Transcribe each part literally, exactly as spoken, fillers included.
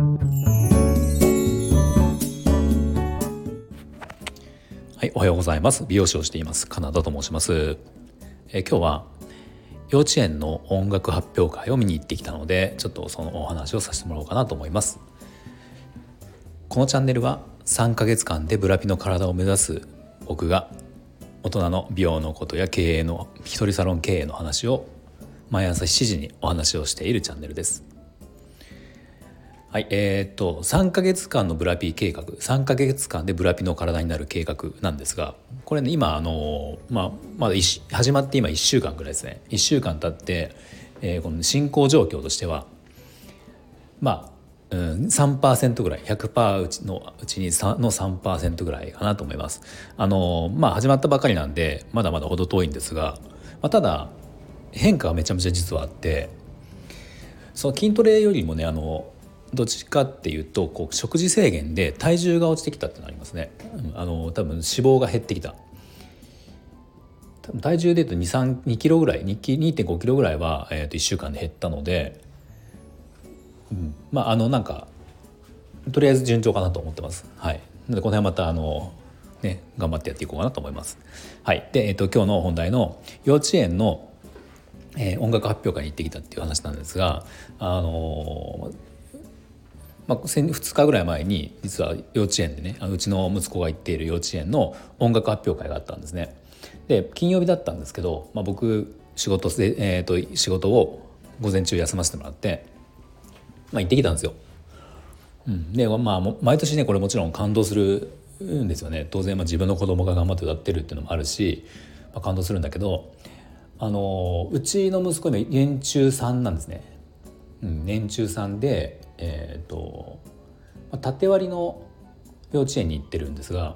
はい、おはようございます。美容師をしていますカナダと申します。え今日は幼稚園の音楽発表会を見に行ってきたので、ちょっとそのお話をさせてもらおうかなと思います。このチャンネルはさんかげつかんでブラピの体を目指す僕が大人の美容のことや経営の一人サロン経営の話を毎朝しちじにお話をしているチャンネルです。はい、えー、っとさんかげつかんのブラピ計画、さんかげつかんでブラピの体になる計画なんですが、これね今あの、まあ、まだ始まって今いっしゅうかんぐらいですね。いっしゅうかん経って、えー、この進行状況としてはまあ、うん、さんパーセントぐらい ひゃくパーセント のうちにさんの さんパーセント ぐらいかなと思います。あのまあ始まったばかりなんでまだまだ程遠いんですが、まあ、ただ変化がめちゃめちゃ実はあって、その筋トレよりもねあのどっちかっていうとこう食事制限で体重が落ちてきたってのありますね。うん、あの多分脂肪が減ってきた。多分体重でいうとに、さん、にキロぐらい にてんごキロぐらいは、えー、といっしゅうかんで減ったので、うん、まああのなんかとりあえず順調かなと思ってます。はい。なのでこの辺またあのね頑張ってやっていこうかなと思います。はい。で、えー、と今日の本題の幼稚園の、えー、音楽発表会に行ってきたっていう話なんですが、あのーまあ、ふつかぐらい前に実は幼稚園でね、あのうちの息子が行っている幼稚園の音楽発表会があったんですね。で金曜日だったんですけど、まあ、僕仕事で、えー、と仕事を午前中休ませてもらって、まあ、行ってきたんですよ。うん、でまあ毎年ねこれもちろん感動するんですよね。当然まあ自分の子供が頑張って歌ってるっていうのもあるし、まあ、感動するんだけど、あのうちの息子今年中さんなんですね。うん、年中さんでえーと、縦割りの幼稚園に行ってるんですが、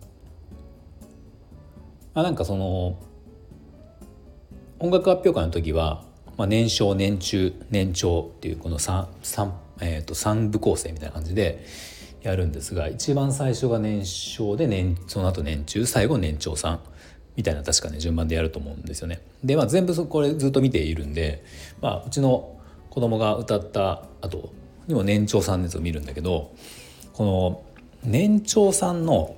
まあ、なんかその音楽発表会の時は、まあ、年少年中年長っていうこの 3, 3, えーとさん部構成みたいな感じでやるんですが、一番最初が年少で年その後年中、最後年長さんみたいな確かね順番でやると思うんですよね。で、まあ、全部これずっと見ているんで、まあ、うちの子供が歌った後にも年長さんのやつを見るんだけど、この年長さんの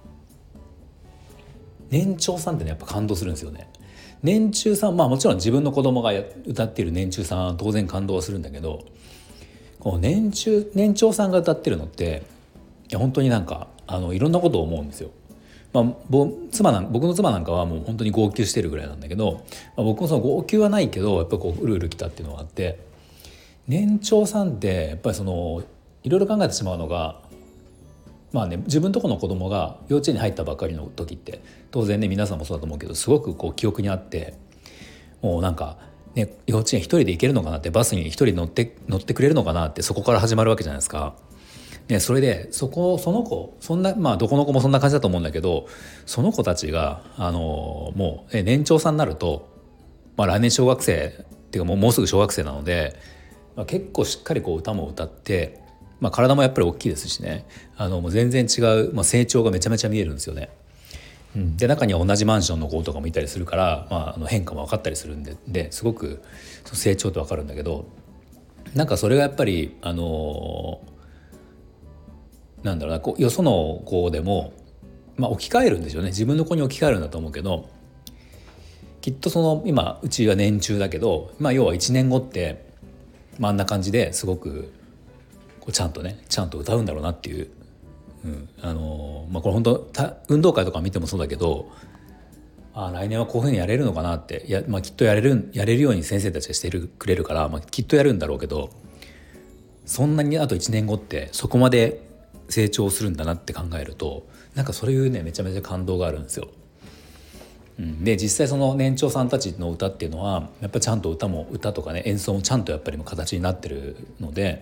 年長さんってねやっぱ感動するんですよね。年中さん、まあもちろん自分の子供が歌っている年中さんは当然感動はするんだけど、この年中年長さんが歌ってるのっていや本当になんかあのいろんなことを思うんですよ。まあ、妻なん僕の妻なんかはもう本当に号泣してるぐらいなんだけど、まあ、僕もその号泣はないけどやっぱこううるうるきたっていうのがあって、年長さんってやっぱりそのいろいろ考えてしまうのが、まあね自分とこの子供が幼稚園に入ったばっかりの時って当然ね皆さんもそうだと思うけどすごくこう記憶にあって、もうなんかね幼稚園一人で行けるのかなって、バスに一人乗って乗ってくれるのかなって、そこから始まるわけじゃないですか。ね、それでそこその子そんなまあどこの子もそんな感じだと思うんだけど、その子たちがあのもう、ね、年長さんになると、まあ、来年小学生っていうかもうもうすぐ小学生なので、まあ、結構しっかりこう歌も歌って、まあ、体もやっぱり大きいですしね、あのもう全然違う、まあ、成長がめちゃめちゃ見えるんですよね。うん、で中には同じマンションの子とかもいたりするから、まあ、あの変化も分かったりするん で, ですごく成長って分かるんだけど、なんかそれがやっぱりあのなんだろうな、こうよその子でも、まあ、置き換えるんですよね。自分の子に置き換えるんだと思うけど、きっとその今うちは年中だけど、まあ、要はいちねんごってまああんな感じですごくこうちゃんとねちゃんと歌うんだろうなっていう、うんあのまあ、これ本当た運動会とか見てもそうだけど、あ来年はこういうふうにやれるのかなって、や、まあ、きっとやれるやれるように先生たちがしてくれるから、まあ、きっとやるんだろうけど、そんなにあといちねんごってそこまで成長するんだなって考えると、なんかそういうねめちゃめちゃ感動があるんですよ。うん、で実際その年長さんたちの歌っていうのはやっぱりちゃんと歌も歌とかね演奏もちゃんとやっぱりも形になってるので、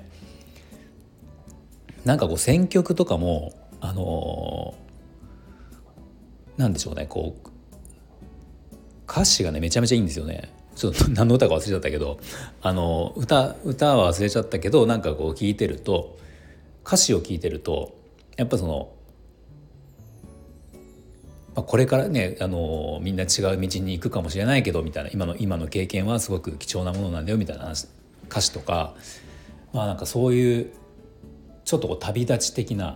なんかこう選曲とかもあのー、なんでしょうね、こう歌詞がねめちゃめちゃいいんですよね。ちょっと何の歌か忘れちゃったけど、あの歌歌は忘れちゃったけど、なんかこう聞いてると歌詞を聞いてるとやっぱその、まあ、これからねあのみんな違う道に行くかもしれないけどみたいな、今の今の経験はすごく貴重なものなんだよみたいな話歌詞とか、まあなんかそういうちょっとこう旅立ち的な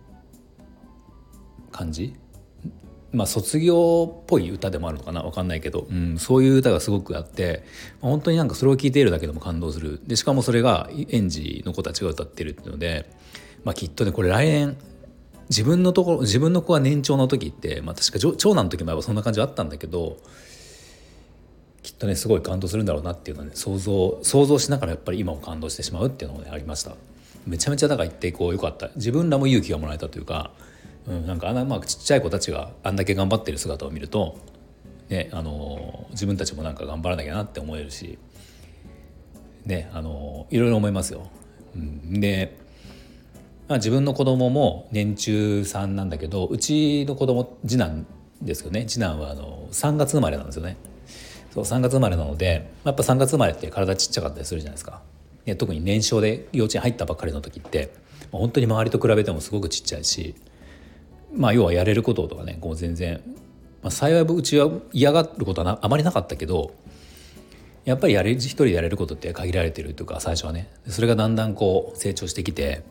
感じ、まあ卒業っぽい歌でもあるのかな、分かんないけど、うん、そういう歌がすごくあって、本当になんかそれを聴いているだけでも感動する。でしかもそれが園児の子たちが歌ってるっていうので、まあ、きっとねこれ来年自分のところ自分の子が年長の時って、まあ、確か長男の時もそんな感じはあったんだけど、きっとねすごい感動するんだろうなっていうのはね想像想像しながらやっぱり今も感動してしまうっていうのもねありました。めちゃめちゃだから言ってこうよかった。自分らも勇気がもらえたというか、うん、なんかあんなまあちっちゃい子たちがあんだけ頑張ってる姿を見ると、ね、あの自分たちもなんか頑張らなきゃなって思えるし、ね、あのいろいろ思いますよ。うん、で、まあ、自分の子供も年中さんなんだけど、うちの子供次男ですよね。次男はあのさんがつ生まれなんですよね。そうさんがつ生まれなので、やっぱさんがつ生まれって体ちっちゃかったりするじゃないですか。で特に年少で幼稚園入ったばっかりの時って本当に周りと比べてもすごくちっちゃいし、まあ要はやれることとかねこう全然、まあ、幸いうちは嫌がることはなあまりなかったけど、やっぱりやれ一人でやれることって限られてるというか、最初はねそれがだんだんこう成長してきて、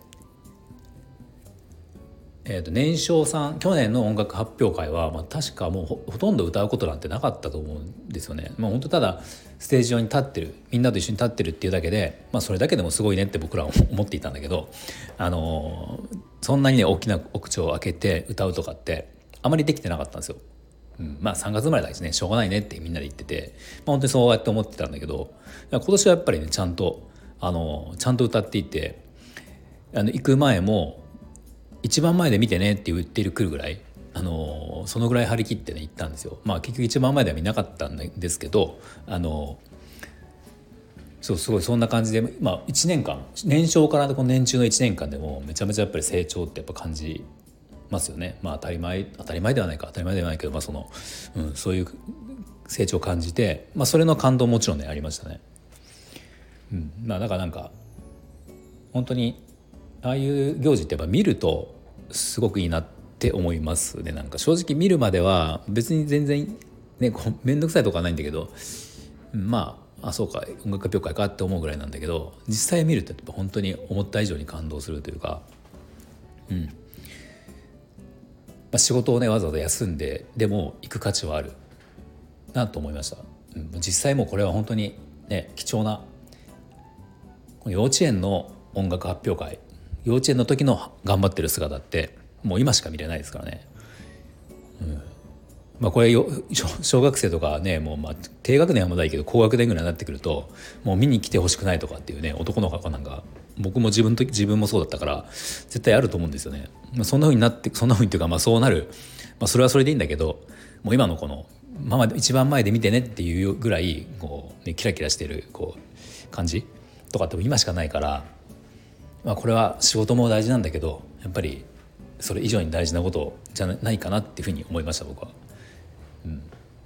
えー、と年少さん去年の音楽発表会は、まあ、確かもう ほ, ほとんど歌うことなんてなかったと思うんですよね。まあ、本当ただステージ上に立ってる、みんなと一緒に立ってるっていうだけで、まあ、それだけでもすごいねって僕らは思っていたんだけど、あのー、そんなにね大きなお口を開けて歌うとかってあまりできてなかったんですよ。うん、まあさんがつ生まれだしねしょうがないねってみんなで言ってて、まあ、本当にそうやって思ってたんだけど、今年はやっぱりねちゃんと、あのー、ちゃんと歌っていて、あの行く前も一番前で見てねって言ってるくるぐらい、あのそのぐらい張り切ってね行ったんですよ。まあ結局一番前では見なかったんですけど、あのそうすごいそんな感じで、まあ、いちねんかん年少からこの年中のいちねんかんでもめちゃめちゃやっぱり成長ってやっぱ感じますよね。まあ当たり前当たり前ではないか当たり前ではないけど、まあその、うん、そういう成長を感じて、まあ、それの感動ももちろんねありましたね。うん、まあだからなんか本当にああいう行事ってやっぱ見るとすごくいいなって思いますね。なんか正直見るまでは別に全然ねこう面倒くさいとかはないんだけど、まああそうか音楽発表会かって思うぐらいなんだけど、実際見るとやっぱ本当に思った以上に感動するというか、うん、まあ、仕事をねわざわざ休んででも行く価値はあるなと思いました。うん、実際もうこれは本当にね貴重な幼稚園の音楽発表会、幼稚園の時の頑張ってる姿ってもう今しか見れないですからね。うん、まあこれよ小学生とかねもうまあ低学年はまだいいけど高学年ぐらいになってくるともう見に来てほしくないとかっていうね男の子なんか、僕も自分と自分もそうだったから絶対あると思うんですよね。まあ、そんな風になってそんな風にっていうかまあそうなる、まあ、それはそれでいいんだけど、もう今のこのママ一番前で見てねっていうぐらいこう、ね、キラキラしてるこう感じとかって今しかないから、まあ、これは仕事も大事なんだけどやっぱりそれ以上に大事なことじゃないかなっていうふうに思いました僕は。うん、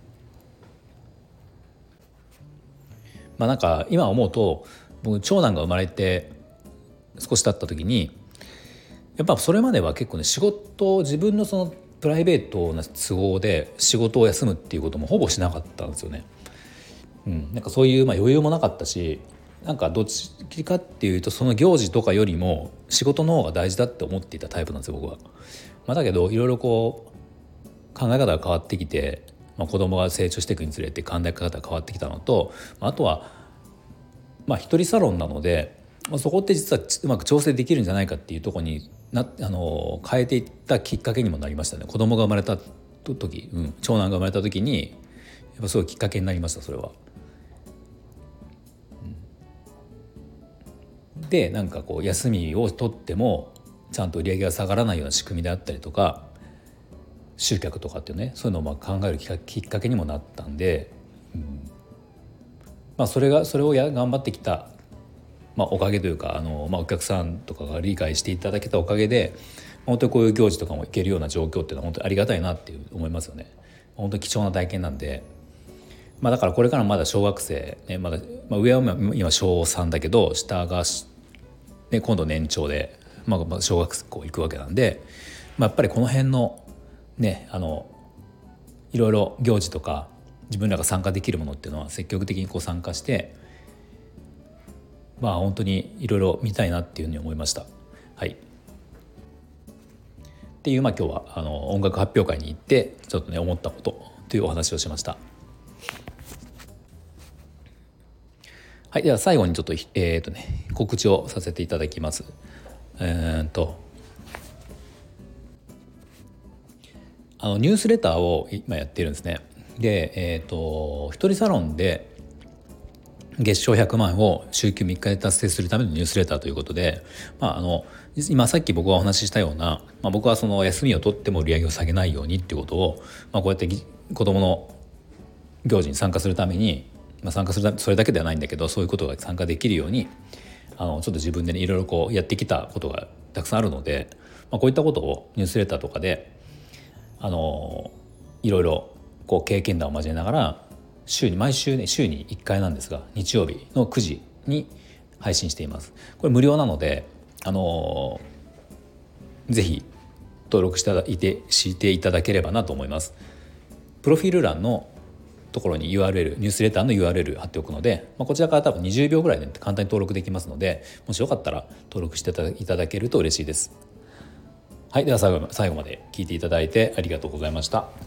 まあなんか今思うと僕長男が生まれて少し経った時にやっぱそれまでは結構ね仕事自分のそのプライベートな都合で仕事を休むっていうこともほぼしなかったんですよね。うん、なんかそういうまあ余裕もなかったし、なんかどっちかっていうとその行事とかよりも仕事の方が大事だって思っていたタイプなんですよ僕は。まあ、だけどいろいろこう考え方が変わってきて、まあ、子供が成長していくにつれて考え方が変わってきたのと、あとはまあ一人サロンなので、まあ、そこって実はうまく調整できるんじゃないかっていうところになあの変えていったきっかけにもなりましたね。子供が生まれた時、うん、長男が生まれた時にやっぱすごいきっかけになりましたそれは。でなんかこう休みを取ってもちゃんと売り上げが下がらないような仕組みであったりとか集客とかっていうね、そういうのをまあ考えるきっかけにもなったんで、うん、まあそれがそれをや頑張ってきた、まあ、おかげというかあの、まあ、お客さんとかが理解していただけたおかげで本当にこういう行事とかも行けるような状況っていうのは本当にありがたいなっていう思いますよね。本当に貴重な体験なんで、まあ、だからこれからまだ小学生、ねまだまあ、上は今小さんだけど下が、ね、今度年長で、まあ、小学校行くわけなんで、まあ、やっぱりこの辺のねあのいろいろ行事とか自分らが参加できるものっていうのは積極的にこう参加して、まあ本当にいろいろ見たいなっていうふうに思いました。 はい。っていう、まあ、今日はあの音楽発表会に行ってちょっとね思ったことというお話をしました。はい、では最後にちょっとえっ、ー、とね告知をさせていただきます。えー、とあのニュースレターを今やってるんですね。で、えー、と一人サロンで月賞ひゃくまんを週休みっかで達成するためのニュースレターということで、まあ、あの今さっき僕がお話ししたような、まあ、僕はその休みを取っても売り上げを下げないようにっていうことを、まあ、こうやって子どもの行事に参加するために、まあ、参加するそれだけではないんだけどそういうことが参加できるようにあのちょっと自分でねいろいろこうやってきたことがたくさんあるので、まあ、こういったことをニュースレターとかであのいろいろこう経験談を交えながら週に毎週ね週にいっかいなんですが日曜日のくじに配信しています。これ無料なのであのぜひ登録していてしていただければなと思います。プロフィール欄のところに ユーアールエル ニュースレターの ユーアールエル 貼っておくので、まあ、こちらから多分にじゅうびょうぐらいで簡単に登録できますので、もしよかったら登録していただけると嬉しいです。はい、では最後、最後まで聞いていただいてありがとうございました。